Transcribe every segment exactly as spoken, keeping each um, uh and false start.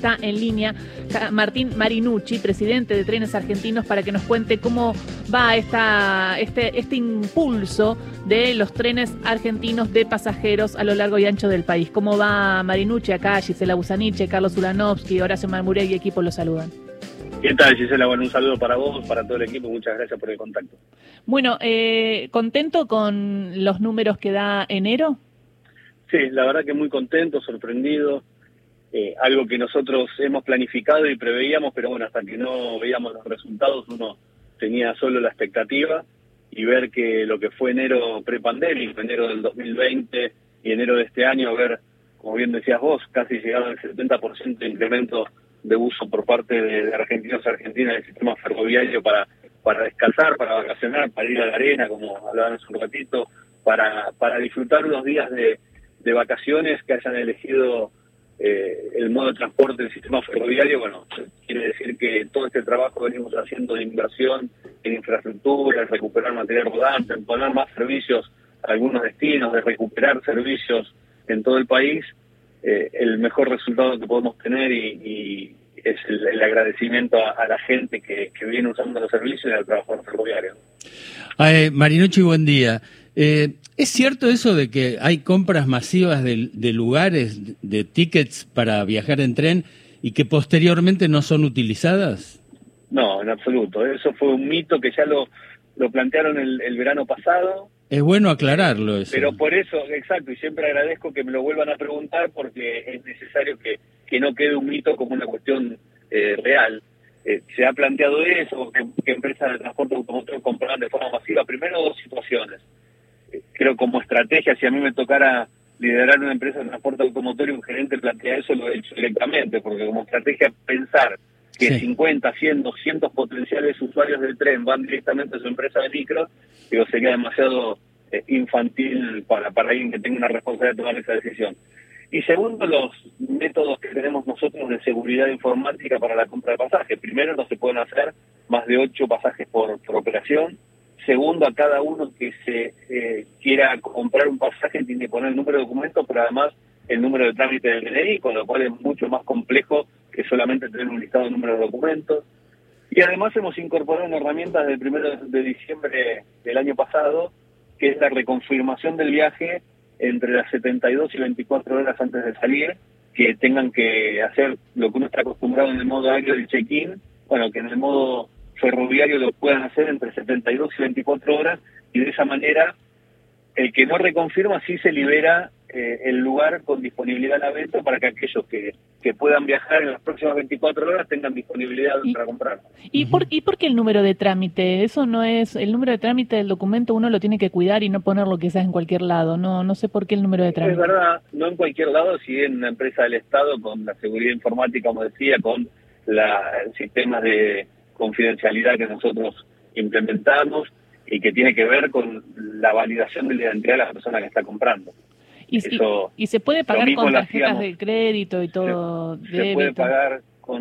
está en línea Martín Marinucci, presidente de Trenes Argentinos, para que nos cuente cómo va esta, este, este impulso de los trenes argentinos de pasajeros a lo largo y ancho del país. ¿Cómo va Marinucci? Acá Gisela Busaniche, Carlos Ulanovsky, Horacio Marmurek y equipo los saludan. ¿Qué tal, Gisela? Bueno, un saludo para vos, para todo el equipo. Muchas gracias por el contacto. Bueno, eh, ¿contento con los números que da enero? Sí, la verdad que muy contento, sorprendido. Eh, algo que nosotros hemos planificado y preveíamos, pero bueno, hasta que no veíamos los resultados uno tenía solo la expectativa, y ver que lo que fue enero prepandémico, enero del dos mil veinte y enero de este año, ver, como bien decías vos, casi llegado al setenta por ciento de incremento de uso por parte de, de argentinos y argentinas del sistema ferroviario para, para descansar, para vacacionar, para ir a la arena, como hablaban hace un ratito, para, para disfrutar unos días de, de vacaciones, que hayan elegido eh, el modo de transporte del sistema ferroviario. Bueno, quiere decir que todo este trabajo que venimos haciendo de inversión en infraestructura, en recuperar material rodante, en poner más servicios a algunos destinos, de recuperar servicios en todo el país, Eh, el mejor resultado que podemos tener y, y es el, el agradecimiento a, a la gente que, que viene usando los servicios y al trabajador ferroviario. Eh, Marinucci, buen día. Eh, ¿Es cierto eso de que hay compras masivas de, de lugares, de tickets para viajar en tren y que posteriormente no son utilizadas? No, en absoluto. Eso fue un mito que ya lo, lo plantearon el, el verano pasado. Es bueno aclararlo eso. Pero por eso, exacto, y siempre agradezco que me lo vuelvan a preguntar, porque es necesario que, que no quede un mito como una cuestión eh, real. Eh, se ha planteado eso, que, que empresas de transporte automotor compraban de forma masiva. Primero, dos situaciones. Eh, creo como estrategia, si a mí me tocara liderar una empresa de transporte automotor y un gerente plantea eso, lo he hecho directamente, porque como estrategia pensar que sí. cincuenta, cien, doscientos potenciales usuarios del tren van directamente a su empresa de micro, digo, sería demasiado eh, infantil para, para alguien que tenga una responsabilidad de tomar esa decisión. Y segundo, los métodos que tenemos nosotros de seguridad informática para la compra de pasajes. Primero, no se pueden hacer más de ocho pasajes por, por operación. Segundo, a cada uno que se eh, quiera comprar un pasaje tiene que poner el número de documento, pero además el número de trámite del D N I, con lo cual es mucho más complejo que solamente tener un listado de números de documentos. Y además hemos incorporado una herramienta desde el primero de diciembre del año pasado, que es la reconfirmación del viaje entre las setenta y dos y veinticuatro horas antes de salir, que tengan que hacer lo que uno está acostumbrado en el modo aéreo del check-in, bueno, que en el modo ferroviario lo puedan hacer entre setenta y dos y veinticuatro horas, y de esa manera el que no reconfirma sí se libera eh, el lugar con disponibilidad a la venta para que aquellos que, que puedan viajar en las próximas veinticuatro horas tengan disponibilidad ¿Y, para comprar. ¿Y, por, ¿Y por qué el número de trámite? Eso no es, el número de trámite del documento uno lo tiene que cuidar y no ponerlo quizás en cualquier lado. No no sé por qué el número de trámite. Es verdad, no en cualquier lado, si en una empresa del Estado con la seguridad informática, como decía, con la, el sistema de confidencialidad que nosotros implementamos y que tiene que ver con la validación de la identidad de la persona que está comprando. Y, Eso, y, y se puede pagar con tarjetas de crédito y todo. Se, se puede pagar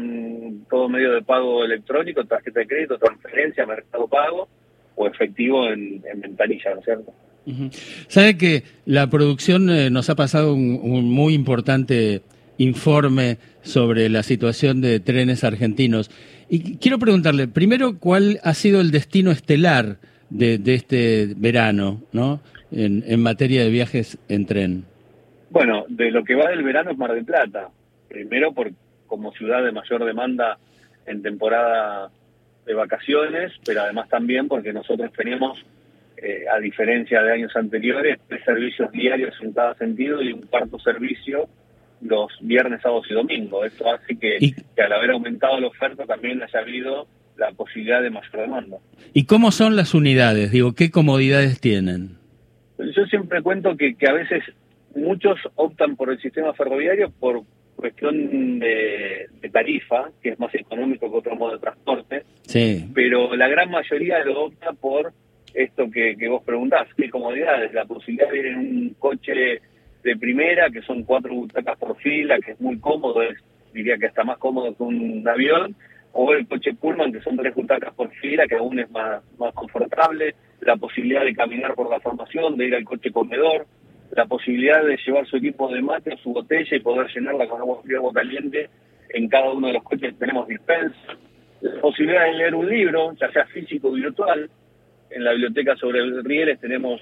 con todo medio de pago electrónico, tarjeta de crédito, transferencia, mercado pago o efectivo en, en ventanilla, ¿no es cierto? Uh-huh. Sabe que la producción eh, nos ha pasado un, un muy importante informe sobre la situación de trenes argentinos. Y quiero preguntarle, primero, ¿cuál ha sido el destino estelar de, de este verano, ¿no? En, en materia de viajes en tren? Bueno, de lo que va del verano es Mar del Plata. Primero, por como ciudad de mayor demanda en temporada de vacaciones, pero además también porque nosotros tenemos, eh, a diferencia de años anteriores, tres servicios diarios en cada sentido y un cuarto servicio los viernes, sábados y domingos. Esto hace que, ¿Y? que al haber aumentado la oferta también haya habido la posibilidad de mayor demanda. ¿Y cómo son las unidades? Digo, ¿qué comodidades tienen? Yo siempre cuento que, que a veces muchos optan por el sistema ferroviario por cuestión de, de tarifa, que es más económico que otro modo de transporte, sí. Pero la gran mayoría lo opta por esto que, que vos preguntás, qué comodidades, la posibilidad de ir en un coche de primera, que son cuatro butacas por fila, que es muy cómodo, es, diría que hasta más cómodo que un avión, o el coche Pullman, que son tres butacas por fila, que aún es más, más confortable, la posibilidad de caminar por la formación, de ir al coche comedor, la posibilidad de llevar su equipo de mate o su botella y poder llenarla con agua fría o agua caliente en cada uno de los coches tenemos dispensa, la posibilidad de leer un libro, ya sea físico o virtual. En la biblioteca sobre el Rieles tenemos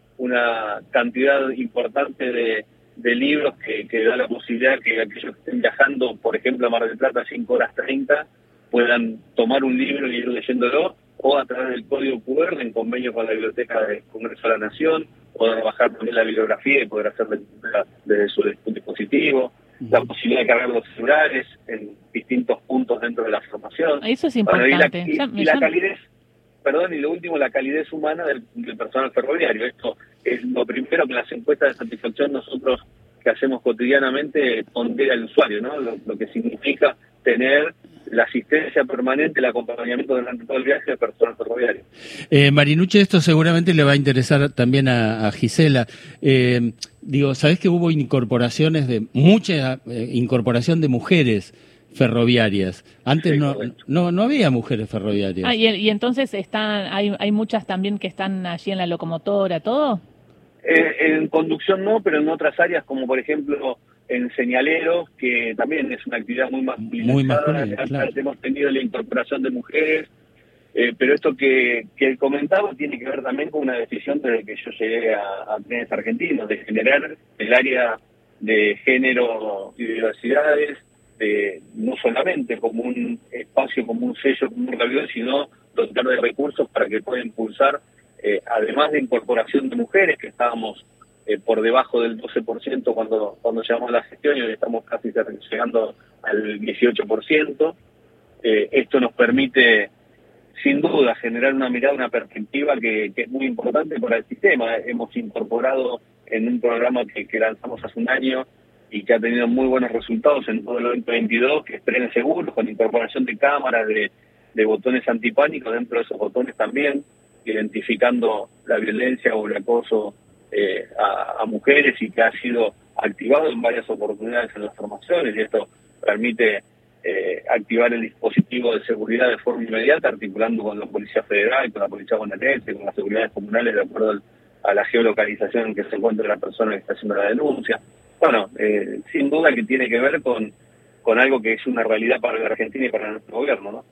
una cantidad importante de, de libros que, que da la posibilidad que aquellos que estén viajando, por ejemplo, a Mar del Plata, cinco horas treinta, puedan tomar un libro y ir leyéndolo, o a través del código cu erre en convenio con la Biblioteca del Congreso de la Nación, poder bajar también la bibliografía y poder hacer lectura desde su dispositivo, uh-huh. La posibilidad de cargar los celulares en distintos puntos dentro de la formación. Eso es importante. Bueno, y la, y, y la calidez, perdón, y lo último, la calidez humana del, del personal ferroviario. Esto es lo primero que las encuestas de satisfacción nosotros que hacemos cotidianamente pondera al usuario, ¿no? Lo, lo que significa tener la asistencia permanente, el acompañamiento durante todo el viaje del personal ferroviario. Eh, Marinucci, esto seguramente le va a interesar también a, a Gisela. Eh, digo, ¿sabés que hubo incorporaciones de, mucha eh, incorporación de mujeres ferroviarias? Antes sí, no, no no había mujeres ferroviarias. Ah, y, y entonces están hay, hay muchas también que están allí en la locomotora, ¿todo? Eh, en conducción no, pero en otras áreas como por ejemplo en señaleros, que también es una actividad muy masculina. Muy masculina, claro. Hemos tenido la incorporación de mujeres, eh, pero esto que, que él comentaba tiene que ver también con una decisión desde que yo llegué a, a Trenes Argentinos, de generar el área de género y diversidades, de, no solamente como un espacio, como un sello, como un gavión, sino dotar de recursos para que pueda impulsar, eh, además de incorporación de mujeres, que estábamos Eh, por debajo del doce por ciento cuando cuando llegamos a la gestión, y hoy estamos casi llegando al dieciocho por ciento. Eh, esto nos permite, sin duda, generar una mirada, una perspectiva que, que es muy importante para el sistema. Hemos incorporado en un programa que, que lanzamos hace un año y que ha tenido muy buenos resultados en todo el veinte veintidós, que es Trenes Seguros, con incorporación de cámaras, de, de botones antipánicos dentro de esos botones también, identificando la violencia o el acoso Eh, a, a mujeres, y que ha sido activado en varias oportunidades en las formaciones, y esto permite eh, activar el dispositivo de seguridad de forma inmediata, articulando con la Policía Federal, con la Policía Bonaerense, con las seguridades comunales, de acuerdo al, a la geolocalización en que se encuentra la persona que está haciendo la denuncia. Bueno, eh, sin duda que tiene que ver con, con algo que es una realidad para la Argentina y para nuestro gobierno, ¿no?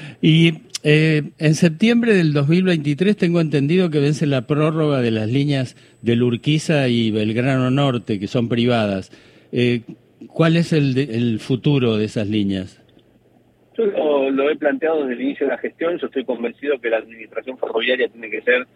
Y eh, en septiembre del dos mil veintitrés tengo entendido que vence la prórroga de las líneas de Urquiza y Belgrano Norte, que son privadas. Eh, ¿Cuál es el, de, el futuro de esas líneas? Yo lo, lo he planteado desde el inicio de la gestión. Yo estoy convencido que la administración ferroviaria tiene que ser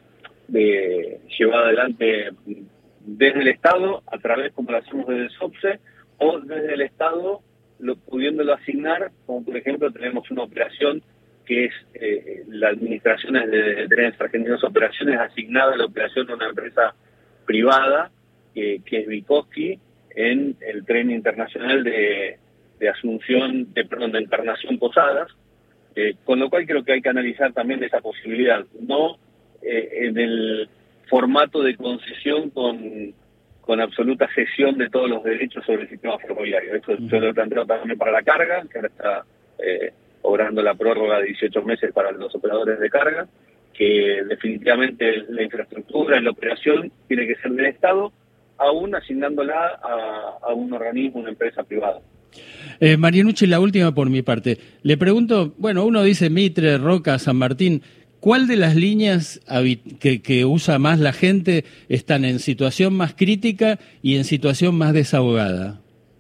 de, llevada adelante desde el Estado, a través, como lo hacemos desde el SOPSE, o desde el Estado, lo, pudiéndolo asignar, como por ejemplo tenemos una operación que es eh, la administración de, de Trenes Argentinos Operaciones, asignada a la operación de una empresa privada, eh, que es Vygotsky, en el tren internacional de, de Asunción, de, perdón, de Encarnación Posadas, eh, con lo cual creo que hay que analizar también esa posibilidad, no eh, en el formato de concesión con, con absoluta cesión de todos los derechos sobre el sistema ferroviario. Esto uh-huh. yo lo he planteado también para la carga, que ahora está eh, obrando la prórroga de dieciocho meses para los operadores de carga, que definitivamente la infraestructura, la operación, tiene que ser del Estado, aún asignándola a, a un organismo, una empresa privada. Eh, Marinucci, la última por mi parte. Le pregunto, bueno, uno dice Mitre, Roca, San Martín, ¿cuál de las líneas que, que usa más la gente están en situación más crítica y en situación más desahogada?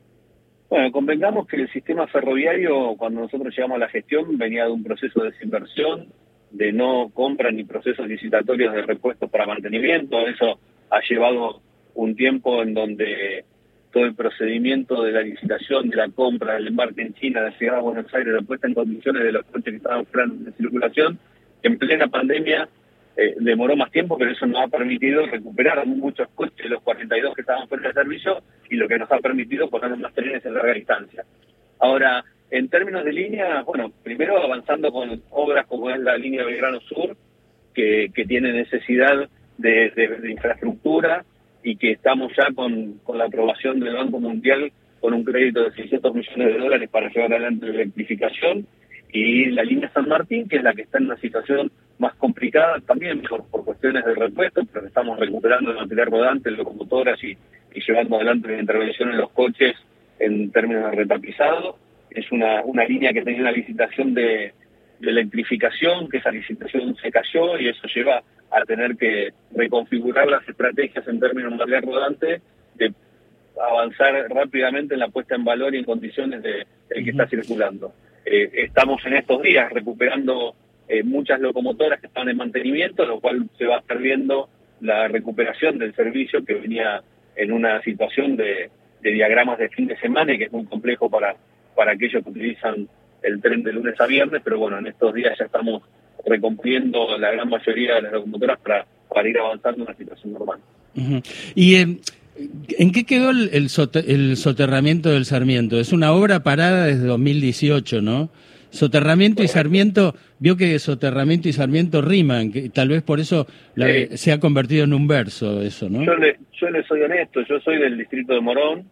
Bueno, convengamos que el sistema ferroviario, cuando nosotros llegamos a la gestión, venía de un proceso de desinversión, de no compra ni procesos licitatorios de repuestos para mantenimiento. Eso ha llevado un tiempo en donde todo el procedimiento de la licitación, de la compra, del embarque en China, la llegada a Buenos Aires, la puesta en condiciones de los coches que estaban fuera de circulación, en plena pandemia eh, demoró más tiempo, pero eso nos ha permitido recuperar muchos coches, los cuarenta y dos que estaban fuera de servicio, y lo que nos ha permitido poner más trenes en larga distancia. Ahora, en términos de línea, bueno, primero avanzando con obras como es la línea Belgrano Sur, que, que tiene necesidad de, de, de infraestructura, y que estamos ya con, con la aprobación del Banco Mundial con un crédito de seiscientos millones de dólares para llevar adelante la electrificación, y la línea San Martín, que es la que está en una situación más complicada también por, por cuestiones de repuesto, pero estamos recuperando el material rodante, locomotoras y, y llevando adelante la intervención en los coches en términos de retapizado. es una, una línea que tenía una licitación de, de electrificación, que esa licitación se cayó y eso lleva a tener que reconfigurar las estrategias en términos de material rodante, de avanzar rápidamente en la puesta en valor y en condiciones de el que está circulando. Eh, estamos en estos días recuperando eh, muchas locomotoras que están en mantenimiento, lo cual se va perdiendo la recuperación del servicio que venía en una situación de, de diagramas de fin de semana y que es muy complejo para, para aquellos que utilizan el tren de lunes a viernes, pero bueno, en estos días ya estamos recomprimiendo la gran mayoría de las locomotoras para, para ir avanzando en una situación normal. Uh-huh. Y eh, ¿en qué quedó el, el, soter, el soterramiento del Sarmiento? Es una obra parada desde dos mil dieciocho, ¿no? Soterramiento y Sarmiento, vio que soterramiento y Sarmiento riman, que tal vez por eso la, sí. se ha convertido en un verso eso, ¿no? Yo le, yo le soy honesto, yo soy del distrito de Morón.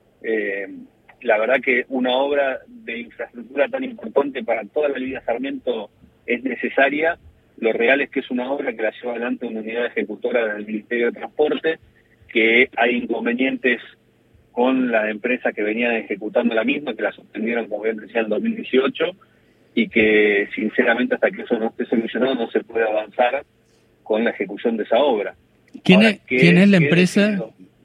Eh, la verdad que una obra de infraestructura tan importante para toda la línea Sarmiento es necesaria. Lo real es que es una obra que la lleva adelante una unidad ejecutora del Ministerio de Transporte, que hay inconvenientes con la empresa que venía ejecutando la misma, que la suspendieron, como bien decía, en dos mil dieciocho, y que sinceramente hasta que eso no esté solucionado no se puede avanzar con la ejecución de esa obra. ¿Quién, Ahora, es, ¿quién es la empresa?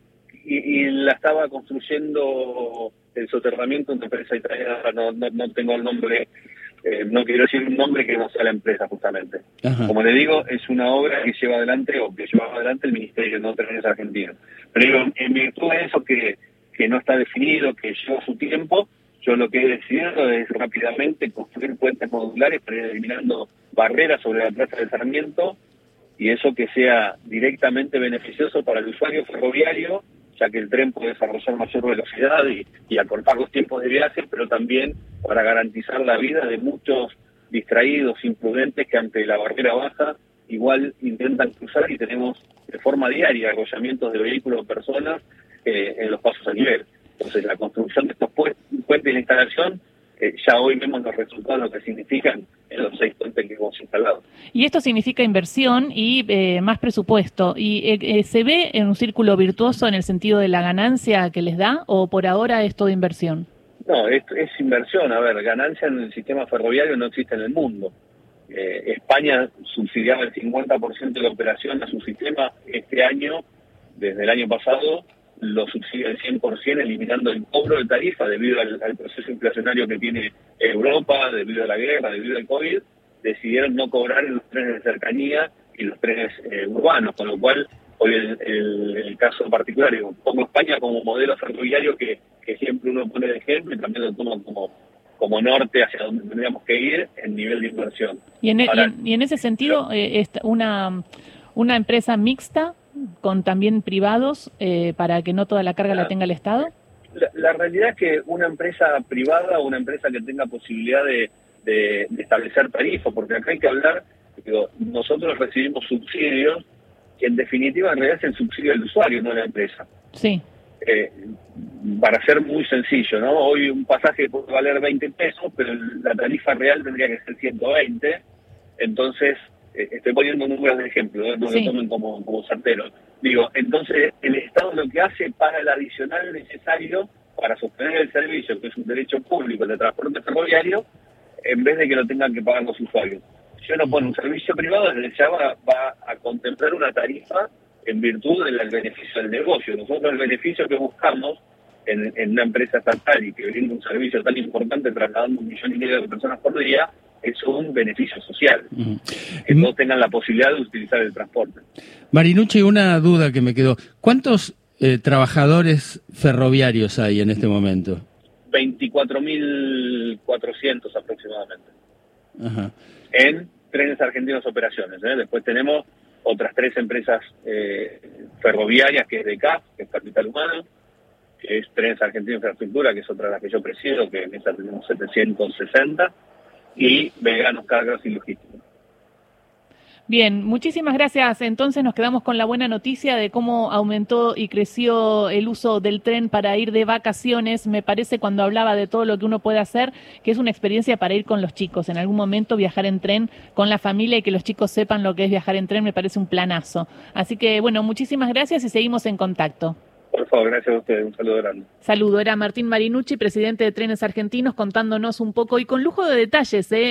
Y, y la estaba construyendo el soterramiento una empresa italiana, no, no, no tengo el nombre, eh, no quiero decir un nombre que no sea la empresa justamente. Ajá. Como le digo, es una obra que lleva adelante o que lleva adelante el Ministerio de Trenes Argentinos. Pero digo, en virtud de eso que, que no está definido, que lleva su tiempo, yo lo que he decidido es rápidamente construir puentes modulares para ir eliminando barreras sobre la plaza del Sarmiento, y eso que sea directamente beneficioso para el usuario ferroviario, ya que el tren puede desarrollar mayor velocidad y, y acortar los tiempos de viaje, pero también para garantizar la vida de muchos distraídos, imprudentes, que ante la barrera baja igual intentan cruzar, y tenemos de forma diaria arrollamientos de vehículos o personas eh, en los pasos a nivel. Entonces, la construcción de estos puentes y la instalación, eh, ya hoy vemos los resultados, lo que significan en los seis puentes que hemos instalado. Y esto significa inversión y eh, más presupuesto. ¿Y eh, eh, se ve en un círculo virtuoso en el sentido de la ganancia que les da, o por ahora es todo inversión? No, es, es inversión. A ver, ganancia en el sistema ferroviario no existe en el mundo. Eh, España subsidiaba el cincuenta por ciento de la operación a su sistema. Este año, desde el año pasado, lo subsidia el cien por ciento, eliminando el cobro de tarifa debido al, al proceso inflacionario que tiene Europa, debido a la guerra, debido al COVID. Decidieron no cobrar en los trenes de cercanía y los trenes eh, urbanos, con lo cual hoy el, el, el caso particular, digo, pongo España como modelo ferroviario que, que siempre uno pone de ejemplo, y también lo tomo como, como norte hacia donde tendríamos que ir en nivel de inversión. Y en, Ahora, y en, y en ese sentido, no, eh, una, una empresa mixta con también privados, eh, para que no toda la carga la, la tenga el Estado. La, la realidad es que una empresa privada o una empresa que tenga posibilidad de, de, de establecer tarifas, porque acá hay que hablar, digo, nosotros recibimos subsidios, que en definitiva en realidad es el subsidio del usuario, no de la empresa. Sí. Eh, para ser muy sencillo, ¿no? Hoy un pasaje puede valer veinte pesos, pero la tarifa real tendría que ser ciento veinte, entonces eh, estoy poniendo números de ejemplo, ¿no? No sí. lo tomen como, como certero. Digo, entonces el Estado lo que hace paga el adicional necesario para sostener el servicio, que es un derecho público de transporte ferroviario, en vez de que lo tengan que pagar los usuarios. Si uno pone un servicio privado, desde ya va, va a contemplar una tarifa en virtud del beneficio del negocio. Nosotros el beneficio que buscamos en, en una empresa estatal y que brinda un servicio tan importante trasladando un millón y medio de personas por día, es un beneficio social. Uh-huh. Que todos tengan la posibilidad de utilizar el transporte. Marinucci, una duda que me quedó. ¿Cuántos eh, trabajadores ferroviarios hay en este momento? veinticuatro mil cuatrocientos aproximadamente. Ajá. En Trenes Argentinos Operaciones. ¿eh? Después tenemos otras tres empresas eh, ferroviarias, que es de C A F, que es Capital Humano, que es Trenes Argentinos Infraestructura, que es otra de las que yo presido, que en esa tenemos setecientos sesenta, y Veganos Cargas y Logística. Bien, muchísimas gracias. Entonces nos quedamos con la buena noticia de cómo aumentó y creció el uso del tren para ir de vacaciones. Me parece, cuando hablaba de todo lo que uno puede hacer, que es una experiencia para ir con los chicos. En algún momento viajar en tren con la familia y que los chicos sepan lo que es viajar en tren me parece un planazo. Así que, bueno, muchísimas gracias y seguimos en contacto. Por favor, gracias a ustedes. Un saludo grande. Saludo. Era Martín Marinucci, presidente de Trenes Argentinos, contándonos un poco y con lujo de detalles, ¿eh?